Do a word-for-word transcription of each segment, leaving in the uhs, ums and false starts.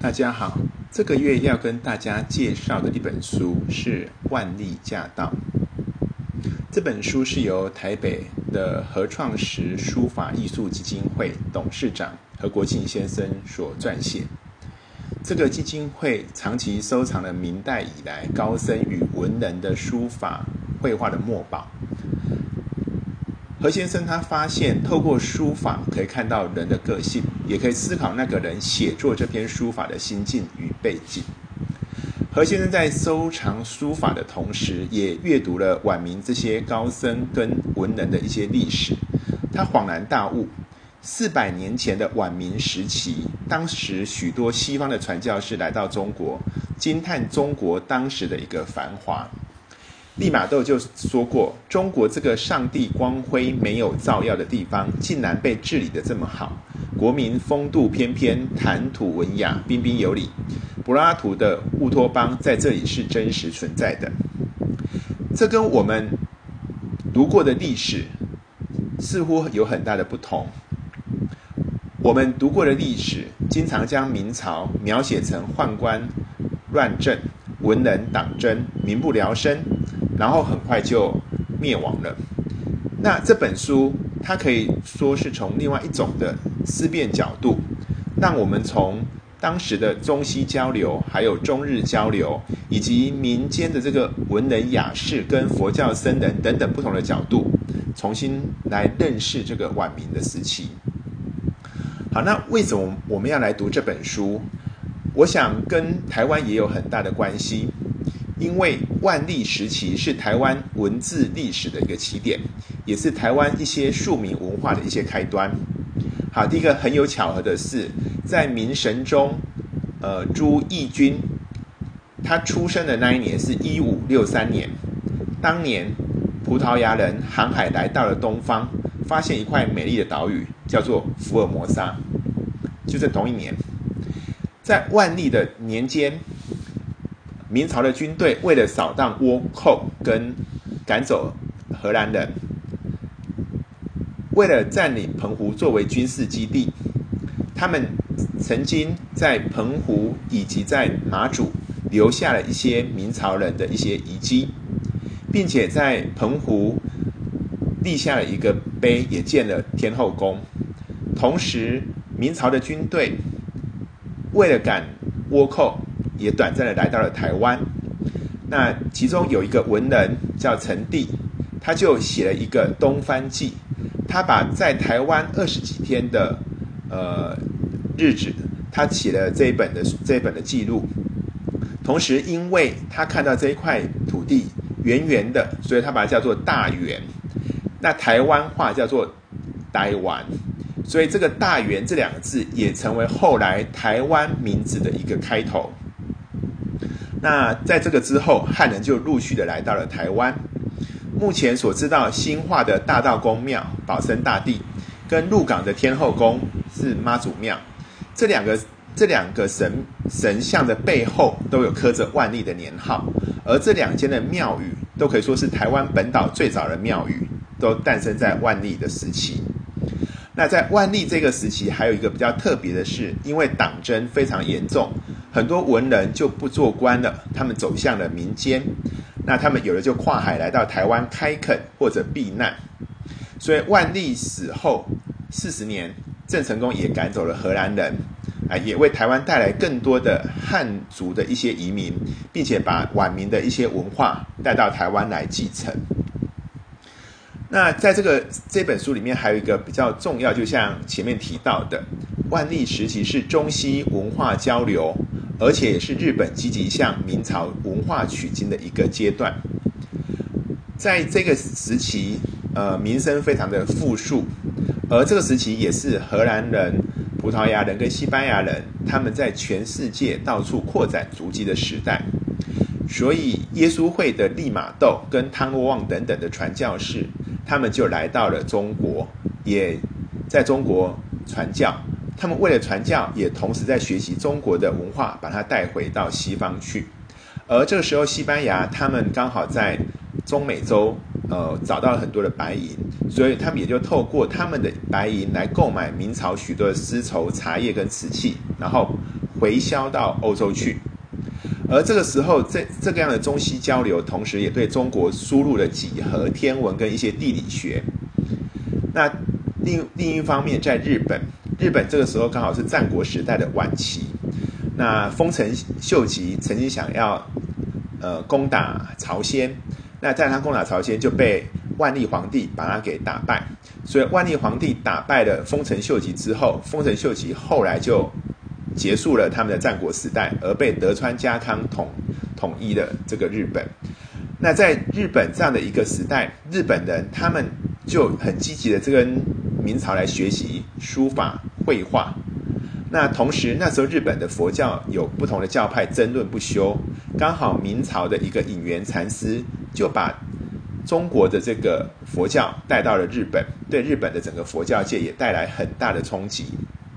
大家好，这个月要跟大家介绍的一本书是《万历驾到》。这本书是由台北的何创时书法艺术基金会董事长何国庆先生所撰写。这个基金会长期收藏了明代以来高僧与文人的书法绘画的墨宝。何先生他发现，透过书法可以看到人的个性，也可以思考那个人写作这篇书法的心境与背景。何先生在收藏书法的同时，也阅读了晚明这些高僧跟文人的一些历史。他恍然大悟，四百年前的晚明时期，当时许多西方的传教士来到中国，惊叹中国当时的一个繁华。利玛窦就说过，中国这个上帝光辉没有照耀的地方，竟然被治理得这么好，国民风度翩翩，谈吐文雅，彬彬有礼。柏拉图的乌托邦在这里是真实存在的。这跟我们读过的历史似乎有很大的不同。我们读过的历史经常将明朝描写成宦官乱政，文人党争，民不聊生，然后很快就灭亡了。那这本书它可以说是从另外一种的思辨角度，让我们从当时的中西交流，还有中日交流，以及民间的这个文人雅士跟佛教僧人等等不同的角度，重新来认识这个晚明的时期。好，那为什么我们要来读这本书？我想跟台湾也有很大的关系，因为万历时期是台湾文字历史的一个起点，也是台湾一些庶民文化的一些开端。好，第一个很有巧合的是，在明神宗呃朱翊钧他出生的那一年是一五六三年，当年葡萄牙人航海来到了东方，发现一块美丽的岛屿，叫做福尔摩沙，就在同一年。在万历的年间，明朝的军队为了扫荡倭寇跟赶走荷兰人，为了占领澎湖作为军事基地，他们曾经在澎湖以及在马祖留下了一些明朝人的一些遗迹，并且在澎湖立下了一个碑，也建了天后宫。同时，明朝的军队为了赶倭寇，也短暂的来到了台湾。那其中有一个文人叫陈第，他就写了一个《东番记》，他把在台湾二十几天的呃日子，他写了这一本的这一本的记录。同时，因为他看到这一块土地圆圆的，所以他把它叫做大圆。那台湾话叫做台湾，所以这个大圆这两个字也成为后来台湾名字的一个开头。那在这个之后，汉人就陆续的来到了台湾。目前所知道新化的大道公庙保生大帝，跟鹿港的天后宫是妈祖庙，这两个这两个神神像的背后都有刻着万历的年号，而这两间的庙宇都可以说是台湾本岛最早的庙宇，都诞生在万历的时期。那在万历这个时期，还有一个比较特别的是，因为党争非常严重，很多文人就不做官了，他们走向了民间。那他们有的就跨海来到台湾开垦或者避难。所以万历死后四十年，郑成功也赶走了荷兰人，啊，也为台湾带来更多的汉族的一些移民，并且把晚明的一些文化带到台湾来继承。那在这个这本书里面还有一个比较重要，就像前面提到的，万历时期是中西文化交流，而且也是日本积极向明朝文化取经的一个阶段。在这个时期，呃，民生非常的富庶，而这个时期也是荷兰人、葡萄牙人跟西班牙人他们在全世界到处扩展足迹的时代。所以耶稣会的利玛窦跟汤若望等等的传教士，他们就来到了中国，也在中国传教。他们为了传教，也同时在学习中国的文化，把它带回到西方去。而这个时候，西班牙他们刚好在中美洲呃找到了很多的白银，所以他们也就透过他们的白银来购买明朝许多的丝绸、茶叶跟瓷器，然后回销到欧洲去。而这个时候，这这个样的中西交流，同时也对中国输入了几何、天文跟一些地理学。那另另一方面，在日本，日本这个时候刚好是战国时代的晚期。那丰臣秀吉曾经想要呃攻打朝鲜，那在他攻打朝鲜就被万历皇帝把他给打败。所以万历皇帝打败了丰臣秀吉之后，丰臣秀吉后来就结束了他们的战国时代，而被德川家康统统一了这个日本。那在日本这样的一个时代，日本人他们就很积极的跟明朝来学习书法、绘画。那同时那时候日本的佛教有不同的教派争论不休，刚好明朝的一个隐元禅师就把中国的这个佛教带到了日本，对日本的整个佛教界也带来很大的冲击。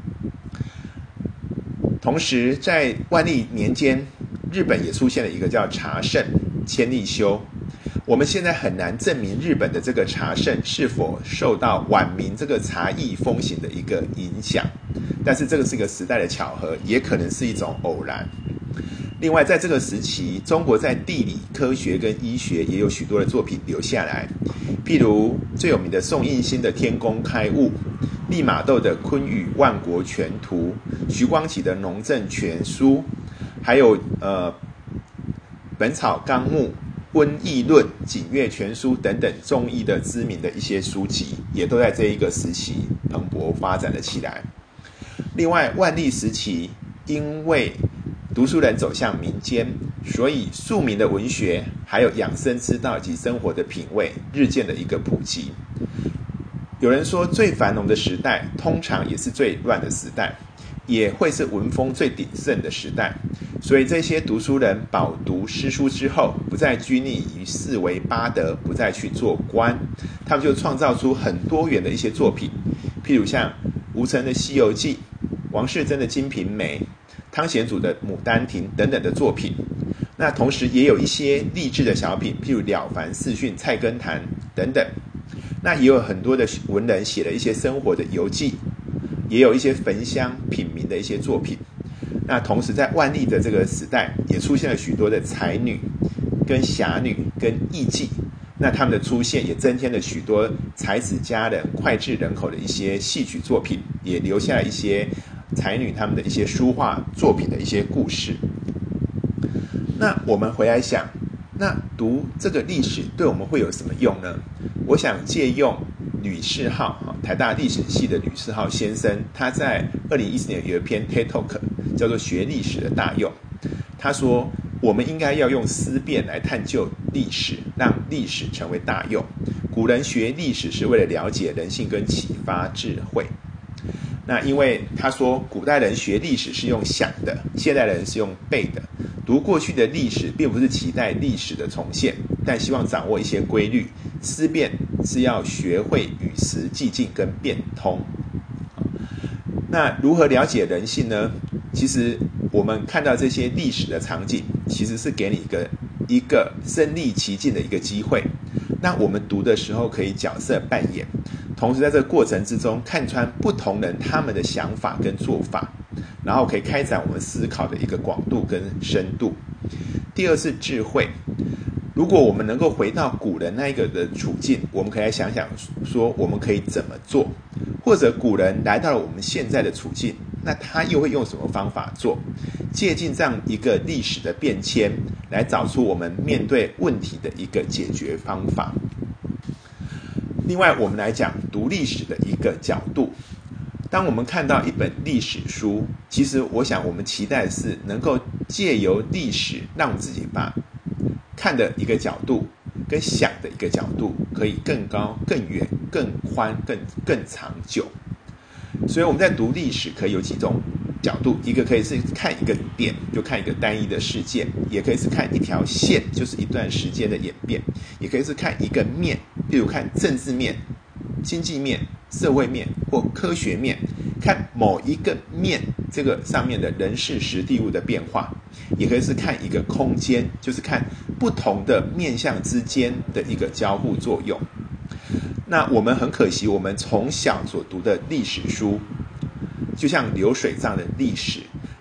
同时在万历年间，日本也出现了一个叫茶圣千利休。我们现在很难证明日本的这个茶圣是否受到晚明这个茶艺风行的一个影响，但是这个是一个时代的巧合，也可能是一种偶然。另外在这个时期，中国在地理、科学跟医学也有许多的作品留下来，譬如最有名的宋应星的《天工开物》，利玛窦的《昆宇万国全图》，徐光启的《农政全书》，还有呃《本草纲目》、《瘟疫论》、《景岳全书》等等中医的知名的一些书籍，也都在这一个时期蓬勃发展了起来。另外万历时期，因为读书人走向民间，所以庶民的文学还有养生之道及生活的品味日渐的一个普及。有人说最繁荣的时代通常也是最乱的时代，也会是文风最鼎盛的时代。所以这些读书人饱读诗书之后，不再拘泥于四维八德，不再去做官，他们就创造出很多元的一些作品，譬如像吴承的《西游记》、王世贞的《金瓶梅》、汤显祖的《牡丹亭》等等的作品。那同时也有一些励志的小品，譬如《了凡四训》、《菜根谭》等等。那也有很多的文人写了一些生活的游记，也有一些焚香品茗的一些作品。那同时在万历的这个时代，也出现了许多的才女、跟侠女、跟艺妓。那他们的出现也增添了许多才子佳人、脍炙人口的一些戏曲作品，也留下了一些才女他们的一些书画作品的一些故事。那我们回来想，那读这个历史对我们会有什么用呢？我想借用吕世浩，台大历史系的吕世浩先生，他在二零一四年有一篇 TED Talk 叫做学历史的大用。他说我们应该要用思辨来探究历史，让历史成为大用。古人学历史是为了了解人性跟启发智慧。那因为他说古代人学历史是用想的，现代人是用背的。读过去的历史并不是期待历史的重现，但希望掌握一些规律。思辨是要学会与时俱进跟变通。那如何了解人性呢？其实我们看到这些历史的场景，其实是给你一个一个身临其境的一个机会。那我们读的时候可以角色扮演，同时在这个过程之中看穿不同人他们的想法跟做法，然后可以开展我们思考的一个广度跟深度。第二是智慧。如果我们能够回到古人那一个的处境，我们可以来想想说我们可以怎么做，或者古人来到了我们现在的处境，那他又会用什么方法做，借鉴这样一个历史的变迁，来找出我们面对问题的一个解决方法。另外我们来讲读历史的一个角度。当我们看到一本历史书，其实我想我们期待的是能够借由历史让自己把看的一个角度跟想的一个角度可以更高、更远、更宽、更更长久。所以我们在读历史可以有几种角度，一个可以是看一个点，就看一个单一的事件，也可以是看一条线，就是一段时间的演变，也可以是看一个面，例如看政治面、经济面、社会面或科学面，看某一个面这个上面的人事时地物的变化，也可以是看一个空间，就是看不同的面向之间的一个交互作用。那我们很可惜，我们从小所读的历史书就像流水账的历史，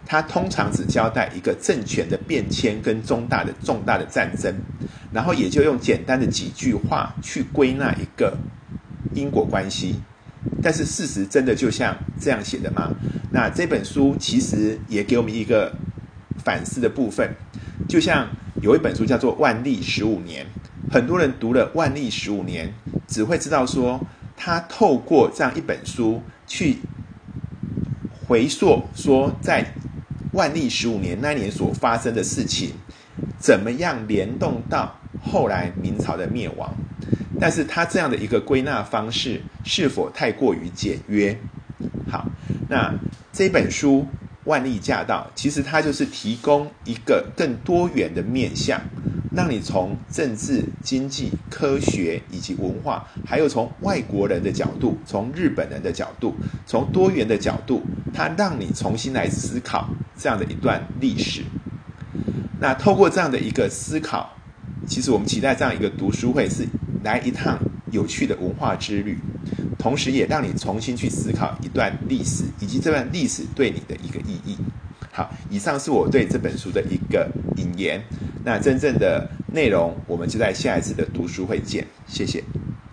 它通常只交代一个政权的变迁跟重大的重大的战争，然后也就用简单的几句话去归纳一个因果关系。但是事实真的就像这样写的吗？那这本书其实也给我们一个反思的部分，就像有一本书叫做《万历十五年》，很多人读了《万历十五年》，只会知道说他透过这样一本书去回溯说在万历十五年那年所发生的事情，怎么样联动到后来明朝的灭亡。但是他这样的一个归纳方式是否太过于简约？好，那这本书《万历驾到》其实它就是提供一个更多元的面向，让你从政治、经济、科学以及文化，还有从外国人的角度，从日本人的角度，从多元的角度，它让你重新来思考这样的一段历史。那透过这样的一个思考，其实我们期待这样一个读书会是来一趟有趣的文化之旅，同时也让你重新去思考一段历史，以及这段历史对你的一个意义。好，以上是我对这本书的一个引言。那真正的内容，我们就在下一次的读书会见。谢谢。